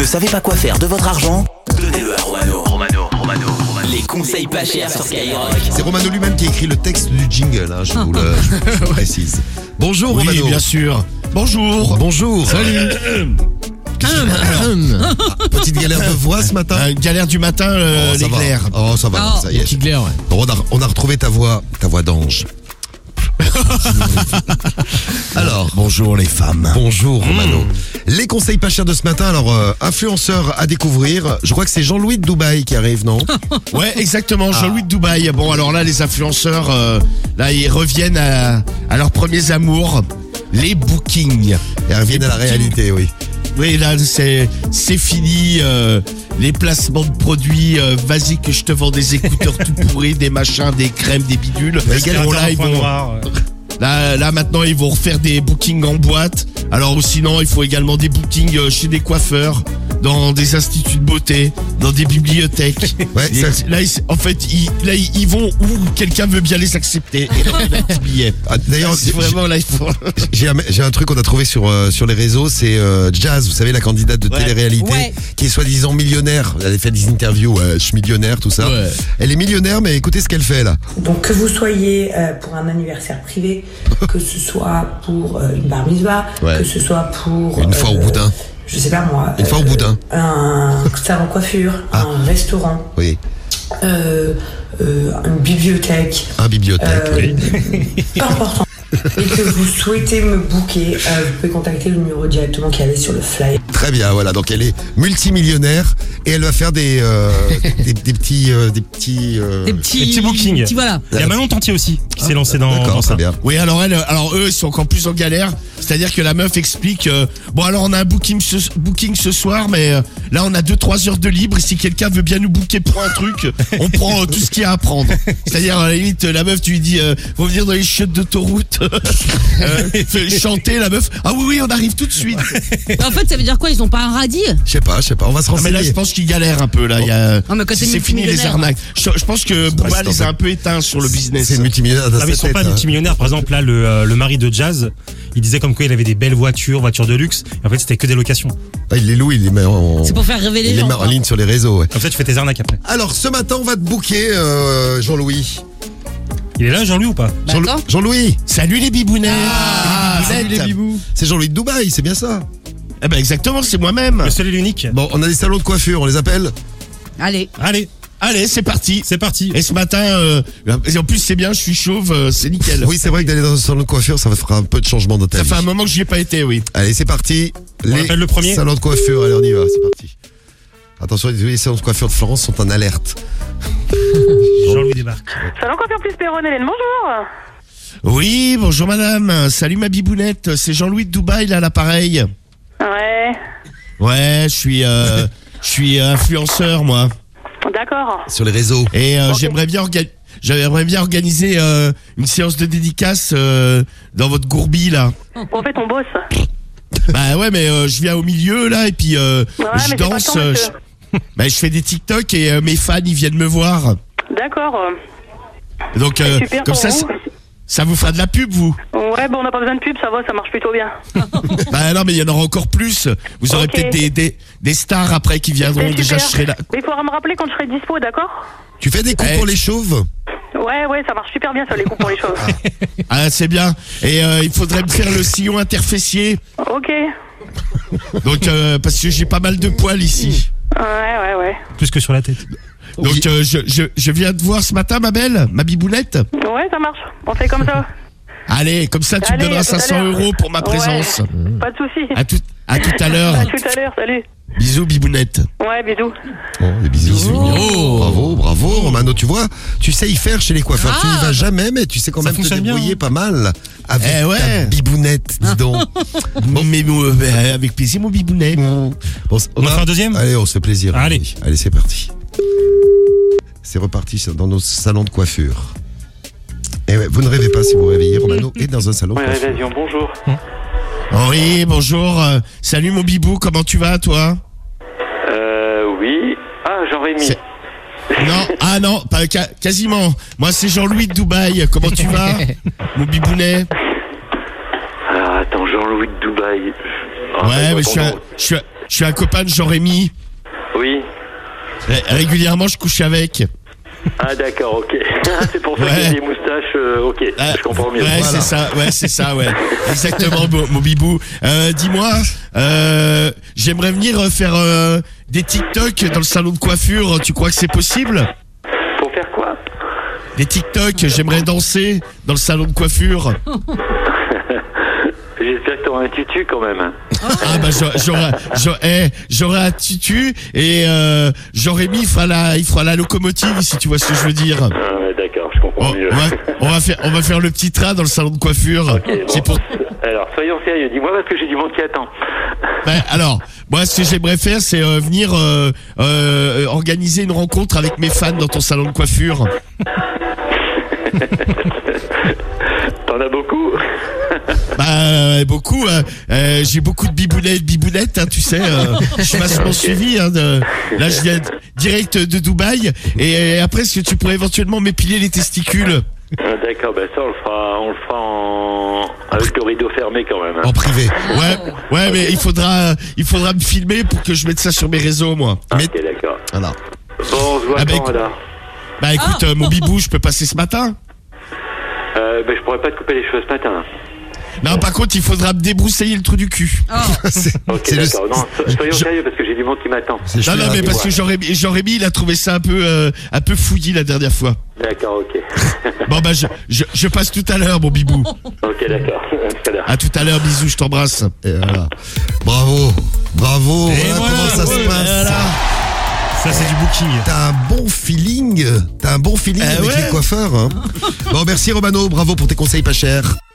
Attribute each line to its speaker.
Speaker 1: savez pas quoi faire de votre argent? Donnez-le à Romano. Les conseils pas chers sur Skyrock.
Speaker 2: C'est Romano lui-même qui a écrit le texte du jingle, hein, je vous le précise. Bonjour
Speaker 3: Oui,
Speaker 2: Romano.
Speaker 3: bien sûr. Bonjour.
Speaker 2: Bonjour.
Speaker 3: Salut.
Speaker 2: Petite galère de voix ce matin.
Speaker 3: Galère du matin,
Speaker 2: ça
Speaker 3: l'éclair.
Speaker 2: va. Oh, ça va, ça y est.
Speaker 3: Petit clair, ouais.
Speaker 2: On a retrouvé ta voix d'ange. Alors,
Speaker 3: bonjour les femmes.
Speaker 2: Bonjour Romano. Les conseils pas chers de ce matin, alors influenceur à découvrir, je crois que c'est Jean-Louis de Dubaï qui arrive, non?
Speaker 3: Ouais, exactement, Jean-Louis de Dubaï. Bon, alors là, les influenceurs, là, ils reviennent à leurs premiers amours, les bookings.
Speaker 2: Ils reviennent à la réalité, oui.
Speaker 3: Oui, là, c'est fini. Les placements de produits, vas-y que je te vends des écouteurs tout pourris, des machins, des crèmes, des bidules. Bon, là, maintenant, ils vont refaire des bookings en boîte. Alors, ou sinon, il faut également des bookings chez des coiffeurs, dans des instituts de beauté, dans des bibliothèques.
Speaker 2: Ouais,
Speaker 3: là, en fait, ils vont où quelqu'un veut bien les accepter. Et leur donner un petit billet.
Speaker 2: D'ailleurs,
Speaker 3: vraiment, là, il faut...
Speaker 2: j'ai un truc qu'on a trouvé sur les réseaux, c'est Jazz, vous savez, la candidate de télé-réalité, qui est soi-disant millionnaire. Elle a fait des interviews, je suis millionnaire, tout ça. Ouais. Elle est millionnaire, mais écoutez ce qu'elle fait là.
Speaker 4: Donc que vous soyez pour un anniversaire privé, que ce soit pour une bar mitzvah, que ce soit pour...
Speaker 2: Une fois au boudin.
Speaker 4: Je sais pas moi.
Speaker 2: Une fois au boudin.
Speaker 4: Un salon de coiffure, un restaurant.
Speaker 2: Oui.
Speaker 4: Une bibliothèque.
Speaker 2: Un bibliothèque, oui.
Speaker 4: Pas important. Et que vous souhaitez me booker, vous pouvez contacter le numéro directement qui est sur le flyer.
Speaker 2: Très bien, voilà. Donc elle est multimillionnaire et elle va faire des petits
Speaker 5: bookings.
Speaker 6: Voilà.
Speaker 5: Il y a Manon Tantier aussi qui s'est lancé dans ça.
Speaker 2: Bien.
Speaker 3: Oui, alors eux, ils sont encore plus en galère. C'est-à-dire que la meuf explique, bon alors on a un booking ce soir, mais là on a 2-3 heures de libre. Et si quelqu'un veut bien nous booker pour un truc, on prend tout ce qu'il y a à prendre. C'est-à-dire à la limite, la meuf, tu lui dis, faut venir dans les chiottes d'autoroute. Chanter la meuf. Ah oui, on arrive tout de suite.
Speaker 6: En fait, ça veut dire quoi? Ils ont pas un radis?
Speaker 2: Je sais pas, on va se renseigner.
Speaker 3: Mais là, je pense qu'ils galèrent un peu là. C'est fini les arnaques. Je pense que Booba les a un peu éteints sur le business.
Speaker 2: C'est le multimillionnaire.
Speaker 5: Ils sont pas multimillionnaires. Par exemple, là, le mari de Jazz, il disait comme quoi il avait des belles voitures de luxe. Et en fait, c'était que des locations.
Speaker 2: Il les loue, il les met en...
Speaker 6: C'est pour faire rêver les gens.
Speaker 2: Il les met en ligne sur les réseaux. Ouais.
Speaker 5: Comme ça, tu fais tes arnaques après.
Speaker 2: Alors, ce matin, on va te booker, Jean-Louis.
Speaker 5: Il est là, Jean-Louis, ou pas?
Speaker 2: Jean-Louis.
Speaker 3: Salut les bibounettes.
Speaker 5: Salut les bibous.
Speaker 2: C'est Jean-Louis de Dubaï, c'est bien ça?
Speaker 3: Eh ben exactement, c'est moi-même.
Speaker 5: Le seul et l'unique.
Speaker 2: Bon, on a des salons de coiffure, on les appelle?
Speaker 6: Allez,
Speaker 3: c'est parti.
Speaker 5: C'est parti.
Speaker 3: Et ce matin, en plus c'est bien, je suis chauve, c'est nickel.
Speaker 2: Oui, c'est vrai que d'aller dans un salon de coiffure, ça fera un peu de changement dans ta vie.
Speaker 3: Ça fait un moment que j'y ai pas été, oui.
Speaker 2: Allez, c'est parti.
Speaker 5: On appelle le premier.
Speaker 2: Salons de coiffure, allez, on y va, c'est parti. Attention, les salons de coiffure de Florence sont en alerte.
Speaker 5: Jean-Louis débarque.
Speaker 7: Salon Coiffure Plus Péronne, Hélène, bonjour.
Speaker 3: Oui, bonjour madame. Salut ma bibounette. C'est Jean-Louis de Dubaï, là, à l'appareil.
Speaker 7: Ouais.
Speaker 3: Ouais, je suis influenceur, moi.
Speaker 7: D'accord.
Speaker 2: Sur les réseaux.
Speaker 3: Et j'aimerais bien organiser une séance de dédicace dans votre gourbi, là.
Speaker 7: En fait, on bosse.
Speaker 3: Bah ouais, mais je viens au milieu, là, et puis je danse. Je fais des TikTok et mes fans, ils viennent me voir.
Speaker 7: D'accord.
Speaker 3: Donc,
Speaker 7: super
Speaker 3: comme ça, ça vous fera de la pub, vous?
Speaker 7: Ouais, on n'a pas besoin de pub, ça va, ça marche plutôt bien.
Speaker 3: Bah non, mais il y en aura encore plus. Vous aurez peut-être des stars après qui viendront. Déjà, je serai là.
Speaker 7: Il faudra me rappeler quand je serai dispo, d'accord?
Speaker 2: Tu fais des coupes pour les chauves?
Speaker 7: Ouais, ça marche super bien, ça, les coupes pour les chauves.
Speaker 3: Ah, c'est bien. Et il faudrait me faire le sillon interfessier.
Speaker 7: Ok.
Speaker 3: Donc, parce que j'ai pas mal de poils ici.
Speaker 7: Ouais.
Speaker 5: Plus que sur la tête.
Speaker 3: Donc, je viens te voir ce matin, ma belle, ma bibounette.
Speaker 7: Ouais, ça marche. On fait comme ça.
Speaker 3: Allez, comme ça, tu me donneras 500 € pour ma présence.
Speaker 7: Ouais, pas de soucis.
Speaker 3: À tout à l'heure.
Speaker 7: À tout à l'heure, salut.
Speaker 3: Bisous, bibounette.
Speaker 7: Ouais, bisous.
Speaker 2: Oh, des bisous.
Speaker 3: Oh.
Speaker 2: Bravo, Romano, tu vois, tu sais y faire chez les coiffeurs. Tu n'y vas jamais, mais tu sais quand même te débrouiller pas mal avec ta bibounette, dis donc.
Speaker 3: Mais avec plaisir, mon bibounet.
Speaker 5: On va faire un deuxième?
Speaker 2: Allez, on se fait plaisir.
Speaker 5: Allez,
Speaker 2: c'est parti. C'est reparti dans nos salons de coiffure. Et ouais, vous ne rêvez pas si vous vous réveillez, Romano est dans un salon de coiffure.
Speaker 8: Révision, bonjour.
Speaker 3: Oui, bonjour. Salut mon bibou, comment tu vas, toi?
Speaker 8: Oui. Ah, Jean-Rémy.
Speaker 3: Non, pas quasiment. Moi, c'est Jean-Louis de Dubaï. Comment tu vas, mon bibounet?
Speaker 8: Alors, attends, Jean-Louis de Dubaï.
Speaker 3: Ouais, mais je suis un copain de Jean-Rémy.
Speaker 8: Oui.
Speaker 3: Régulièrement, je couche avec.
Speaker 8: Ah d'accord, ok. C'est pour ça qu'il y a des moustaches, ok, je comprends mieux.
Speaker 3: Ouais, voilà. c'est ça, ouais. Exactement, mon bibou. Dis-moi, j'aimerais venir faire des TikTok dans le salon de coiffure, tu crois que c'est possible?
Speaker 8: Pour faire quoi?
Speaker 3: Des TikTok, j'aimerais danser dans le salon de coiffure.
Speaker 8: J'espère que t'auras un tutu quand même.
Speaker 3: Ah bah j'aurais un tutu et Jean-Rémy il fera la locomotive, si tu vois ce que je veux dire.
Speaker 8: Ah ouais, d'accord, je comprends mieux.
Speaker 3: On va faire le petit train dans le salon de coiffure.
Speaker 8: Okay, bon. Alors soyons sérieux, dis-moi parce que j'ai du monde qui attend.
Speaker 3: Alors, moi ce que j'aimerais faire c'est venir organiser une rencontre avec mes fans dans ton salon de coiffure.
Speaker 8: T'en as beaucoup?
Speaker 3: Bah beaucoup. J'ai beaucoup de bibounettes, hein, tu sais. Je suis vachement suivi. Hein, là, je viens direct de Dubaï. Et après, est-ce que tu pourrais éventuellement m'épiler les testicules?
Speaker 8: D'accord, bah ça on le fera avec le rideau fermé quand même. Hein.
Speaker 2: En privé.
Speaker 3: Ouais, mais il faudra me filmer pour que je mette ça sur mes réseaux, moi.
Speaker 8: Ah, ok, d'accord.
Speaker 2: Alors.
Speaker 8: Bon, on se voit quand alors?
Speaker 3: Bah écoute, mon bibou, je peux passer ce matin?
Speaker 8: Bah je pourrais pas te couper les cheveux ce matin.
Speaker 3: Non, par contre, il faudra me débroussailler le trou du cul.
Speaker 8: Ok, d'accord. Non, soyons sérieux parce que j'ai du monde qui m'attend.
Speaker 3: Non, mais parce que Jean-Rémy, il a trouvé ça un peu fouillis la dernière fois.
Speaker 8: D'accord, ok.
Speaker 3: Bon, bah, je passe tout à l'heure, mon bibou.
Speaker 8: Ok, d'accord.
Speaker 3: À tout à l'heure, bisous, je t'embrasse.
Speaker 2: Et voilà. Bravo.
Speaker 5: Et
Speaker 2: voilà
Speaker 5: voilà,
Speaker 2: comment ça se passe.
Speaker 3: Voilà.
Speaker 5: Ça, c'est du booking.
Speaker 2: T'as un bon feeling avec les coiffeurs. Hein. Bon, merci Romano, bravo pour tes conseils pas chers.